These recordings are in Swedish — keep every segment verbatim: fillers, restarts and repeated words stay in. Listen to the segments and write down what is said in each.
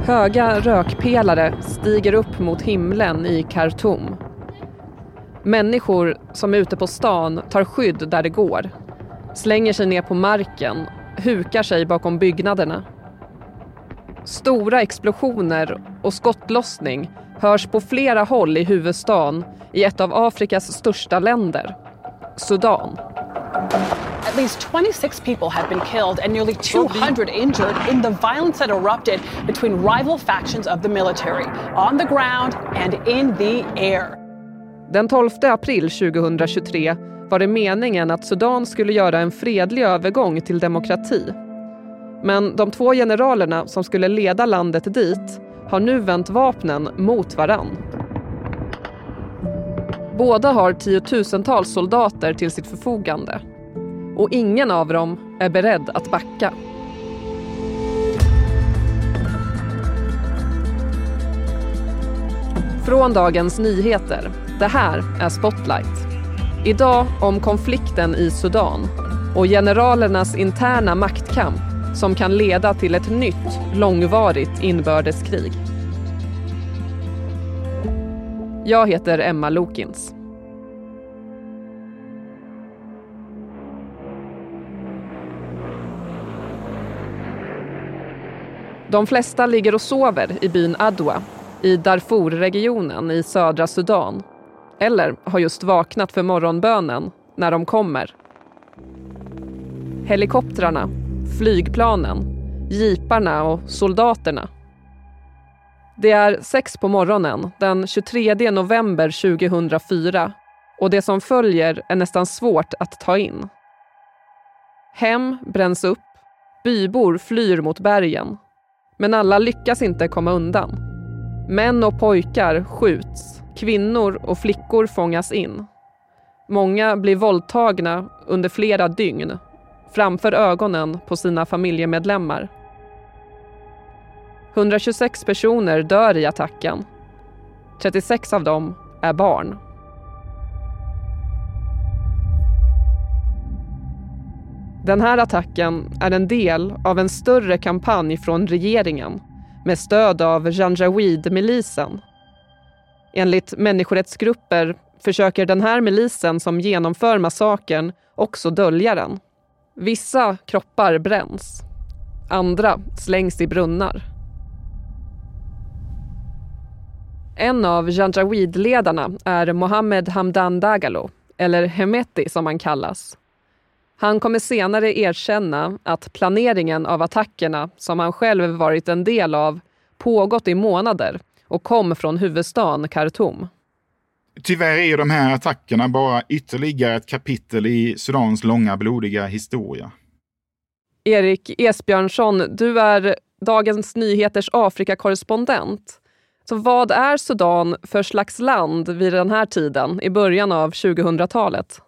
Höga rökpelare stiger upp mot himlen i Khartoum. Människor som är ute på stan tar skydd där det går. Slänger sig ner på marken, hukar sig bakom byggnaderna. Stora explosioner och skottlossning hörs på flera håll i huvudstaden i ett av Afrikas största länder, Sudan. At least twenty-six people have been killed and nearly two hundred injured in the violence that erupted between rival factions of the military, on the ground and in the air. Den tolfte april tjugohundratjugotre var det meningen att Sudan skulle göra en fredlig övergång till demokrati. Men de två generalerna som skulle leda landet dit har nu vänt vapnen mot varann. Båda har tiotusentals soldater till sitt förfogande. Och ingen av dem är beredd att backa. Från Dagens Nyheter. Det här är Spotlight. Idag om konflikten i Sudan och generalernas interna maktkamp som kan leda till ett nytt, långvarigt inbördeskrig. Jag heter Emma Lokins. De flesta ligger och sover i byn Adwa i Darfur-regionen i södra Sudan. Eller har just vaknat för morgonbönen när de kommer. Helikoptrarna, flygplanen, jeeparna och soldaterna. Det är sex på morgonen den tjugotredje november tjugohundrafyra och det som följer är nästan svårt att ta in. Hem bränns upp, bybor flyr mot bergen. Men alla lyckas inte komma undan. Män och pojkar skjuts, kvinnor och flickor fångas in. Många blir våldtagna under flera dygn, framför ögonen på sina familjemedlemmar. hundratjugosex personer dör i attacken. trettiosex av dem är barn. Den här attacken är en del av en större kampanj från regeringen med stöd av Janjaweed-milisen. Enligt människorättsgrupper försöker den här milisen som genomför massakern också dölja den. Vissa kroppar bränns. Andra slängs i brunnar. En av Janjaweed-ledarna är Mohammed Hamdan Dagalo, eller Hemeti som han kallas. Han kommer senare erkänna att planeringen av attackerna som han själv varit en del av pågått i månader och kom från huvudstaden Khartoum. Tyvärr är de här attackerna bara ytterligare ett kapitel i Sudans långa blodiga historia. Erik Esbjörnsson, du är Dagens Nyheters Afrika-korrespondent. Så vad är Sudan för slags land vid den här tiden i början av tjugohundratalet?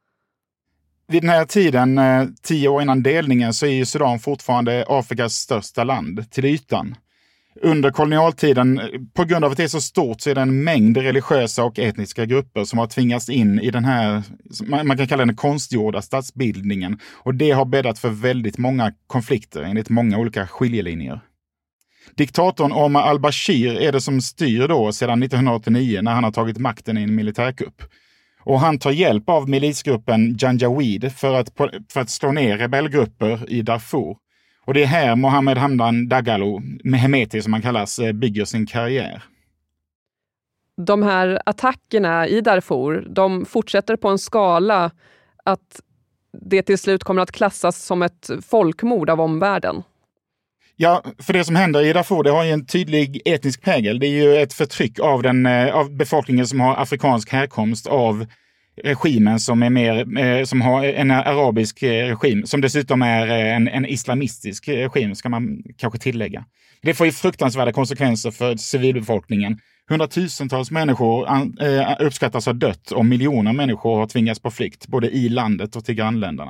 Vid den här tiden, tio år innan delningen, så är ju Sudan fortfarande Afrikas största land till ytan. Under kolonialtiden, på grund av att det är så stort, så är det en mängd religiösa och etniska grupper som har tvingats in i den här, man kan kalla den konstgjorda statsbildningen. Och det har bäddat för väldigt många konflikter enligt många olika skiljelinjer. Diktatorn Omar al-Bashir är det som styr då sedan nittonhundraåttionio när han har tagit makten i en militärkupp. Och han tar hjälp av milisgruppen Janjaweed för att, för att slå ner rebellgrupper i Darfur. Och det är här Mohammed Hamdan Dagalo, med Hemeti som han kallas, bygger sin karriär. De här attackerna i Darfur, de fortsätter på en skala att det till slut kommer att klassas som ett folkmord av omvärlden. Ja, för det som händer i Darfur, det har ju en tydlig etnisk prägel. Det är ju ett förtryck av, den, av befolkningen som har afrikansk härkomst av regimen som är mer, som har en arabisk regim, som dessutom är en, en islamistisk regim, ska man kanske tillägga. Det får ju fruktansvärda konsekvenser för civilbefolkningen. Hundratusentals människor uppskattas ha dött och miljoner människor har tvingats på flykt, både i landet och till grannländerna.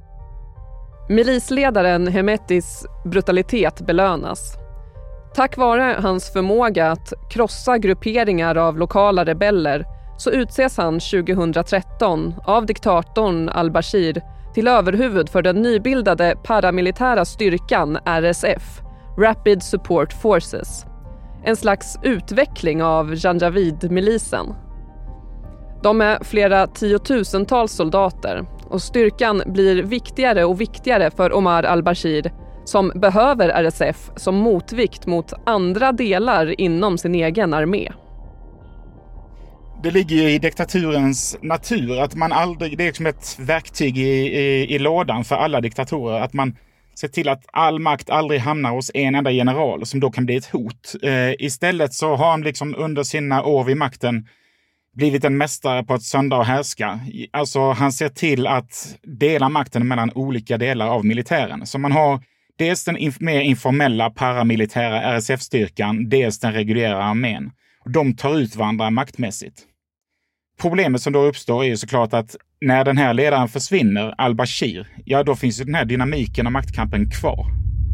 Milisledaren Hemetis brutalitet belönas. Tack vare hans förmåga att krossa grupperingar av lokala rebeller så utses han tjugohundratretton av diktatorn al-Bashir till överhuvud för den nybildade paramilitära styrkan R S F, Rapid Support Forces. En slags utveckling av Janjaweed-milisen. De är flera tiotusentals soldater och styrkan blir viktigare och viktigare för Omar al-Bashir som behöver R S F som motvikt mot andra delar inom sin egen armé. Det ligger ju i diktaturens natur att man aldrig, det är som ett verktyg i, i, i lådan för alla diktatorer, att man ser till att all makt aldrig hamnar hos en enda general som då kan bli ett hot. Eh, istället så har han liksom under sina år vid makten blivit en mästare på att söndra och härska. Alltså han ser till att dela makten mellan olika delar av militären. Så man har dels den inf- mer informella paramilitära R S F-styrkan, dels den reguljära armén. Och de tar ut varandra maktmässigt. Problemet som då uppstår är ju såklart att när den här ledaren försvinner, al-Bashir, ja då finns ju den här dynamiken och maktkampen kvar.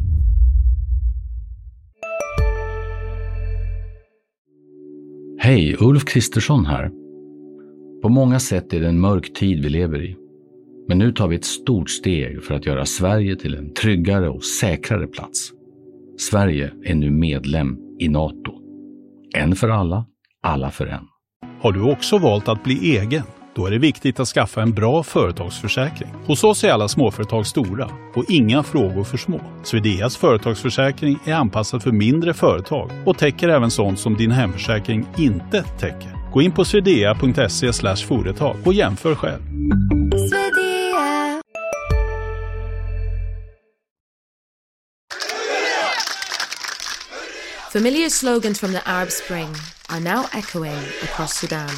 Hej, Ulf Kristersson här. På många sätt är det en mörk tid vi lever i. Men nu tar vi ett stort steg för att göra Sverige till en tryggare och säkrare plats. Sverige är nu medlem i NATO. En för alla, alla för en. Har du också valt att bli egen? Då är det viktigt att skaffa en bra företagsförsäkring. Hos oss är alla småföretag stora och inga frågor för små. Swedeas företagsförsäkring är anpassad för mindre företag och täcker även sånt som din hemförsäkring inte täcker. Gå in på swedea punkt se slash företag och jämför själv. Familiar slogans from the Arab Spring are now echoing across Sudan.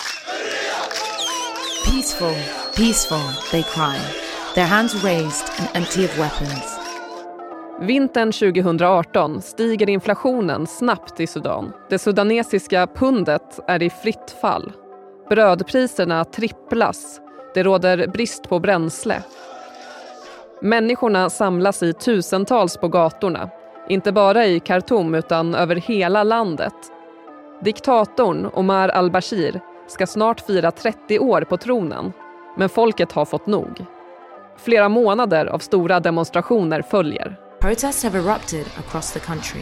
Peaceful, peaceful, they cry, their hands raised and empty of weapons. Vintern tjugohundraarton stiger inflationen snabbt i Sudan. Det sudanesiska pundet är i fritt fall. Brödpriserna tripplas. Det råder brist på bränsle. Människorna samlas i tusentals på gatorna. Inte bara i Khartoum utan över hela landet. Diktatorn Omar al-Bashir ska snart fira trettio år på tronen. Men folket har fått nog. Flera månader av stora demonstrationer följer. Protests have erupted across the country.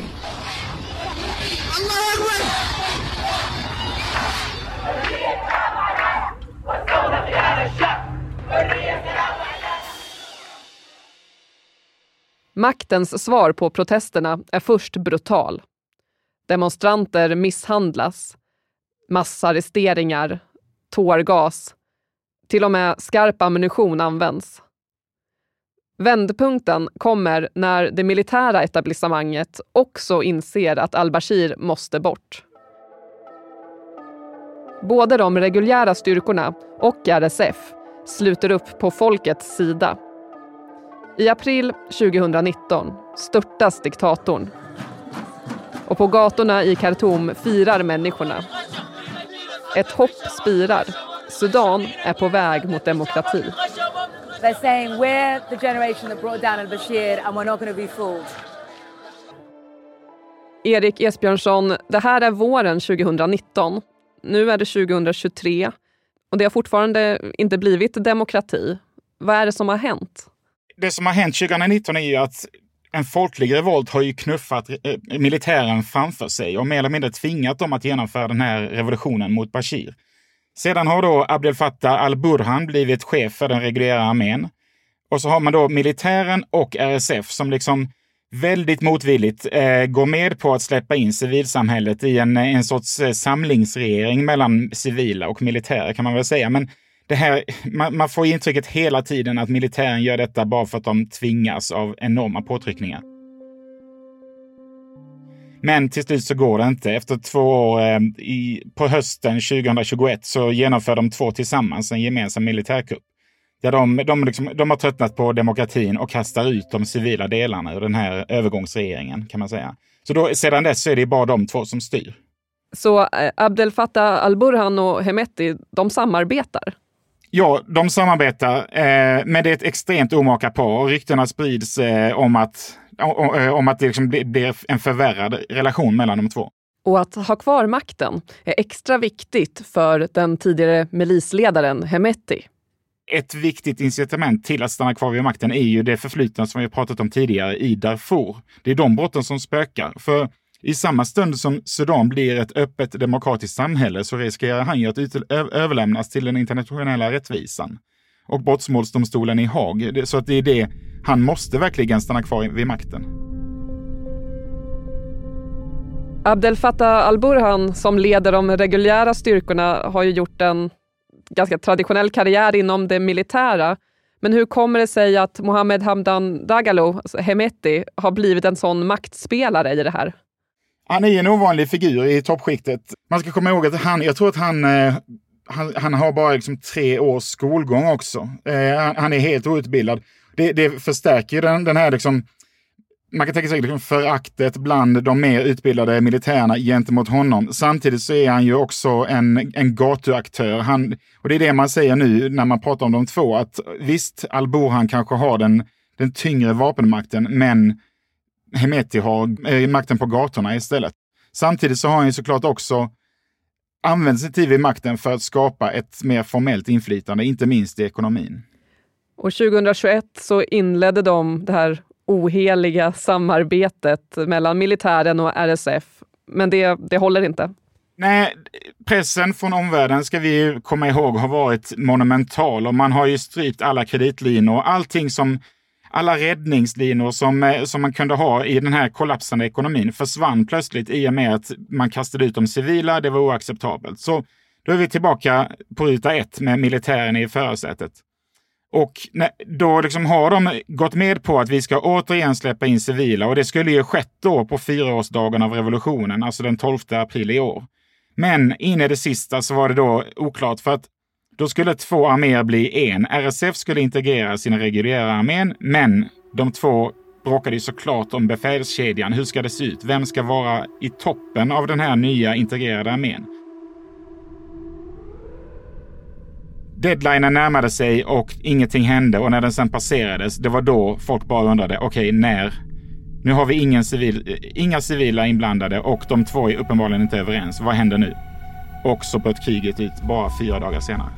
Maktens svar på protesterna är först brutal. Demonstranter misshandlas, massarresteringar, tårgas, till och med skarp ammunition används. Vändpunkten kommer när det militära etablissemanget också inser att al-Bashir måste bort. Både de reguljära styrkorna och R S F sluter upp på folkets sida. I april tjugohundranitton störtas diktatorn. Och på gatorna i Khartoum firar människorna. Ett hopp spirar. Sudan är på väg mot demokrati. They're saying we're the generation that brought down al-Bashir and we're not going to be fooled. Erik Esbjörnsson, det här är våren tjugohundranitton. Nu är det tjugohundratjugotre och det har fortfarande inte blivit demokrati. Vad är det som har hänt? Det som har hänt tjugohundranitton är ju att en folklig revolt har ju knuffat militären framför sig och mer eller mindre tvingat dem att genomföra den här revolutionen mot Bashir. Sedan har då Abdel Fattah al-Burhan blivit chef för den reguljära armén. Och så har man då militären och R S F som liksom väldigt motvilligt eh, går med på att släppa in civilsamhället i en, en sorts eh, samlingsregering mellan civila och militära kan man väl säga. Men det här, man, man får intrycket hela tiden att militären gör detta bara för att de tvingas av enorma påtryckningar. Men till slut så går det inte. Efter två år eh, i, på hösten tjugohundratjugoett så genomför de två tillsammans en gemensam militärkupp. Där de, de, liksom, de har tröttnat på demokratin och kastar ut de civila delarna ur den här övergångsregeringen kan man säga. Så då, sedan dess så är det bara de två som styr. Så eh, Abdel Fattah al-Burhan och Hemeti, de samarbetar? Ja, de samarbetar, eh, men det är ett extremt omaka par och ryktena sprids eh, om att, om, om att det liksom blir, blir en förvärrad relation mellan de två. Och att ha kvar makten är extra viktigt för den tidigare milisledaren Hemeti. ett viktigt incitament till att stanna kvar vid makten är ju det förflutna som vi har pratat om tidigare i Darfur. Det är de brotten som spökar. För i samma stund som Sudan blir ett öppet demokratiskt samhälle så riskerar han ju att ut- ö- överlämnas till den internationella rättvisan och brottsmålsdomstolen i Haag. Så att det är det, han måste verkligen stanna kvar vid makten. Abdel Fattah al-Burhan som leder de reguljära styrkorna har ju gjort en ganska traditionell karriär inom det militära. Men hur kommer det sig att Mohammed Hamdan Dagalo, alltså Hemeti, har blivit en sån maktspelare i det här? Han är en ovanlig figur i toppskiktet. Man ska komma ihåg att han, jag tror att han, eh, han, han har bara liksom tre års skolgång också. Eh, han, han är helt outbildad. Det, det förstärker den, den här liksom, man kan tänka sig liksom föraktet bland de mer utbildade militärerna gentemot honom. Samtidigt så är han ju också en, en gatuaktör. Han, och det är det man säger nu när man pratar om de två. Att visst, al-Burhan kanske har den, den tyngre vapenmakten, men Hemeti har eh, makten på gatorna istället. Samtidigt så har han ju såklart också använt sin tid vid makten för att skapa ett mer formellt inflytande, inte minst i ekonomin. Och tjugohundratjugoett så inledde de det här oheliga samarbetet mellan militären och R S F. Men det, det håller inte. Nej, pressen från omvärlden ska vi ju komma ihåg har varit monumental och man har ju strypt alla kreditlinor och allting som alla räddningslinor som, som man kunde ha i den här kollapsande ekonomin försvann plötsligt i och med att man kastade ut de civila. Det var oacceptabelt. Så då är vi tillbaka på ruta ett med militären i förarsätet. Och då liksom har de gått med på att vi ska återigen släppa in civila och det skulle ju skett då på fyraårsdagen av revolutionen, alltså den tolfte april i år. Men in i det sista så var det då oklart för att då skulle två arméer bli en. R S F skulle integrera sina reguljära armén, men de två bråkade ju såklart om befälskedjan. Hur ska det se ut? Vem ska vara i toppen av den här nya integrerade armén? Deadlinen närmade sig och ingenting hände och när den sen passerades, det var då folk bara undrade, okej, okay, när? Nu har vi ingen civil, inga civila inblandade och de två är uppenbarligen inte överens. Vad händer nu? Och så bröt kriget ut bara fyra dagar senare.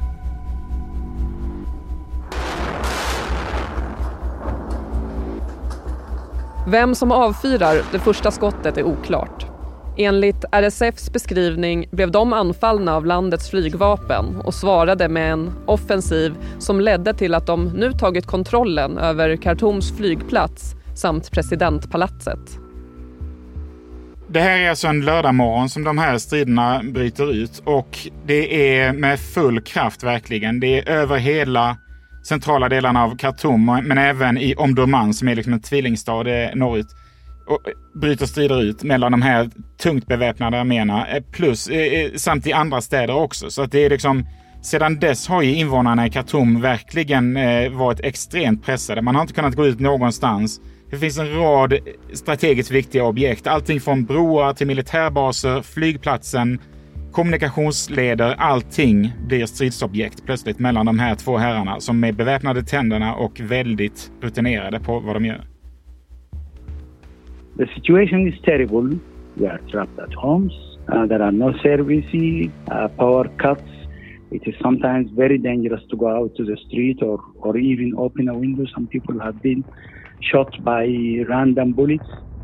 Vem som avfyrar det första skottet är oklart. Enligt R S F:s beskrivning blev de anfallna av landets flygvapen och svarade med en offensiv som ledde till att de nu tagit kontrollen över Khartoums flygplats samt presidentpalatset. Det här är alltså en lördagmorgon som de här striderna bryter ut och det är med full kraft verkligen. Det är över hela centrala delarna av Khartoum men även i Omdurman som är liksom en tvillingstad norrut. Och bryter strider ut mellan de här tungt beväpnade arméerna plus eh, samt i andra städer också. Så att det är liksom, sedan dess har ju invånarna i Khartoum verkligen eh, varit extremt pressade. Man har inte kunnat gå ut någonstans. Det finns en rad strategiskt viktiga objekt. Allting från broar till militärbaser, flygplatsen, kommunikationsleder. Allting blir stridsobjekt plötsligt mellan de här två herrarna som är beväpnade tänderna och väldigt rutinerade på vad de gör. The situation is terrible. We are trapped at homes. Uh, there are no services, uh, power cuts. It is sometimes very dangerous to go out to the street or, or even open a window. Some people have been shot by random bullets.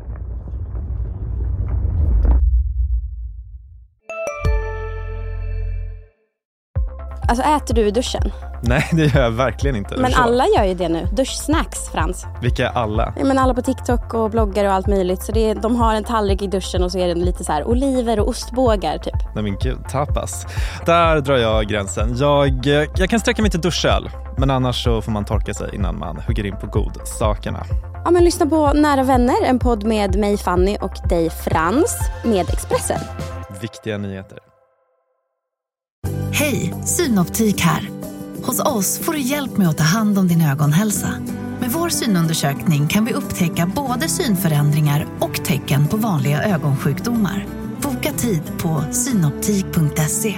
Alltså äter du i duschen? Nej, det gör jag verkligen inte. Men alla gör ju det nu. Duschsnacks, Frans. Vilka är alla? Ja, men alla på TikTok och bloggar och allt möjligt. Så det är, de har en tallrik i duschen och så är det lite så här oliver och ostbågar typ. Nej men gud, tapas. Där drar jag gränsen. Jag, jag kan sträcka mig till duschöl. Men annars så får man torka sig innan man hugger in på god sakerna. Ja, men lyssna på Nära vänner, en podd med mig Fanny och dig Frans med Expressen. Viktiga nyheter. Hej, Synoptik här. Hos oss får du hjälp med att ta hand om din ögonhälsa. Med vår synundersökning kan vi upptäcka både synförändringar och tecken på vanliga ögonsjukdomar. Boka tid på synoptik punkt se.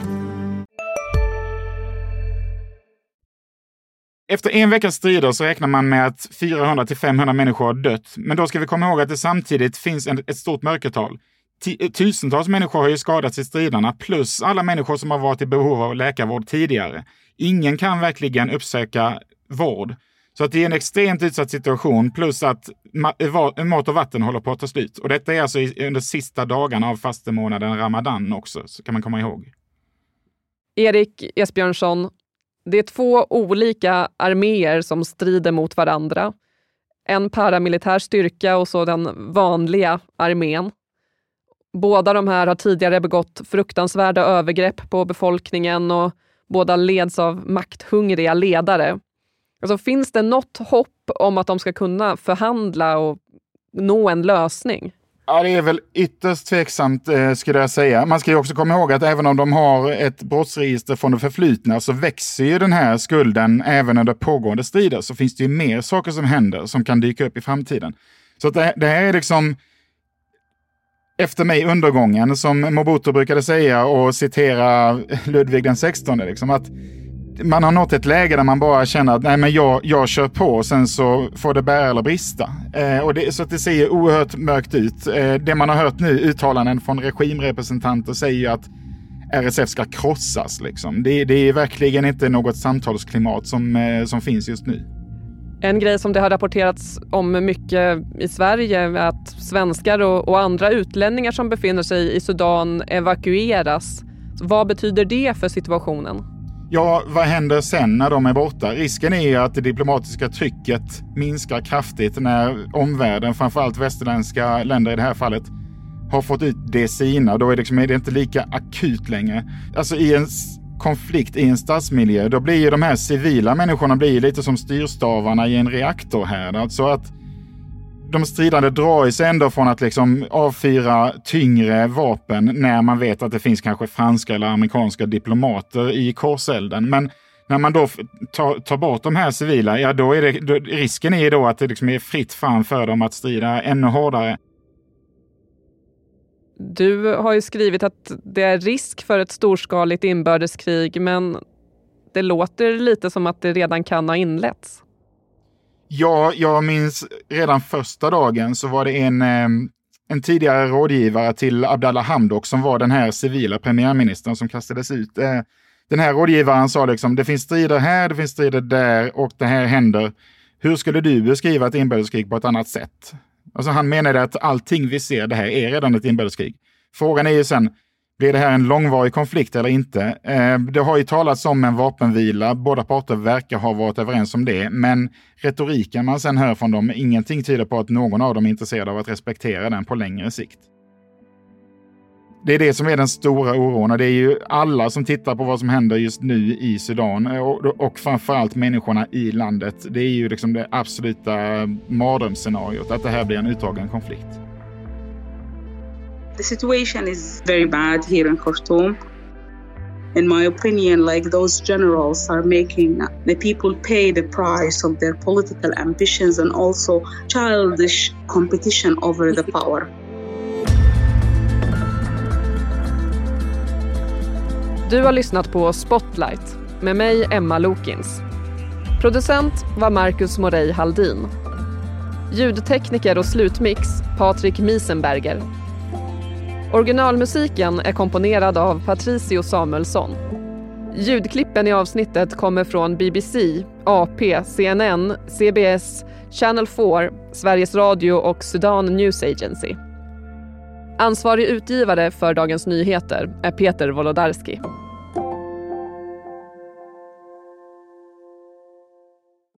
Efter en veckas strider så räknar man med att fyrahundra till femhundra människor har dött. Men då ska vi komma ihåg att det samtidigt finns en, ett stort mörkertal. Tusentals människor har ju skadats i striderna plus alla människor som har varit i behov av läkarvård tidigare. ingen kan verkligen uppsöka vård. Så att det är en extremt utsatt situation, plus att mat och vatten håller på att ta slut. Och detta är alltså under sista dagarna av fastemånaden Ramadan också, så kan man komma ihåg. Erik Esbjörnsson, det är två olika arméer som strider mot varandra. En paramilitär styrka och så den vanliga armén. Båda de här har tidigare begått fruktansvärda övergrepp på befolkningen och båda leds av makthungriga ledare. Alltså, finns det något hopp om att de ska kunna förhandla och nå en lösning? Ja, det är väl ytterst tveksamt eh, skulle jag säga. Man ska ju också komma ihåg att även om de har ett brottsregister från det förflutna så växer ju den här skulden även under pågående strider. Så finns det ju mer saker som händer som kan dyka upp i framtiden. Så att det, det här är liksom efter mig undergången, som Mobutu brukade säga och citera Ludvig den sextonde. Liksom, att man har nått ett läge där man bara känner att nej, men jag, jag kör på och sen så får det bära eller brista. Eh, och det, så att det ser oerhört mörkt ut. Eh, det man har hört nu, uttalanden från regimrepresentanter säger ju att R S F ska krossas. Liksom. Det, det är verkligen inte något samtalsklimat som, eh, som finns just nu. En grej som det har rapporterats om mycket i Sverige är att svenskar och, och andra utlänningar som befinner sig i Sudan evakueras. Så vad betyder det för situationen? Ja, vad händer sen när de är borta? Risken är ju att det diplomatiska trycket minskar kraftigt när omvärlden, framförallt västerländska länder i det här fallet, har fått ut det sina. Då är det, liksom, är det inte lika akut längre. Alltså i en konflikt i en stadsmiljö, då blir ju de här civila människorna blir lite som styrstavarna i en reaktor här. Alltså att de stridande drar sig ändå från att liksom avfyra tyngre vapen när man vet att det finns kanske franska eller amerikanska diplomater i korselden. Men när man då tar, tar bort de här civila, ja då är det, då, risken är då att det liksom är fritt fram för dem att strida ännu hårdare. Du har ju skrivit att det är risk för ett storskaligt inbördeskrig, men det låter lite som att det redan kan ha inletts. Ja, jag minns redan första dagen så var det en, en tidigare rådgivare till Abdallah Hamdok som var den här civila premiärministern som kastades ut. Den här rådgivaren sa liksom, det finns strider här, det finns strider där och det här händer. Hur skulle du beskriva ett inbördeskrig på ett annat sätt? Alltså han menade att allting vi ser, det här är redan ett inbördeskrig. Frågan är ju sen, blir det här en långvarig konflikt eller inte? Eh, det har ju talats om en vapenvila. Båda parter verkar ha varit överens om det. Men retoriken man sen hör från dem, ingenting tyder på att någon av dem är intresserad av att respektera den på längre sikt. Det är det som är den stora oron. Och det är ju alla som tittar på vad som händer just nu i Sudan. Och, och framförallt människorna i landet. Det är ju liksom det absoluta mardrömsscenariot. Att det här blir en utdragen konflikt. The situation is very bad here in Khartoum. In my opinion, like those generals are making the people pay the price of their political ambitions and also childish competition over the power. Du har lyssnat på Spotlight med mig, Emma Lokins. Producent var Marcus Morey Haldin. Ljudtekniker och slutmix Patrik Miesenberger. Originalmusiken är komponerad av Patricio Samuelsson. Ljudklippen i avsnittet kommer från B B C, A P, C N N, C B S, Channel fyra, Sveriges Radio och Sudan News Agency. Ansvarig utgivare för Dagens Nyheter är Peter Wolodarski.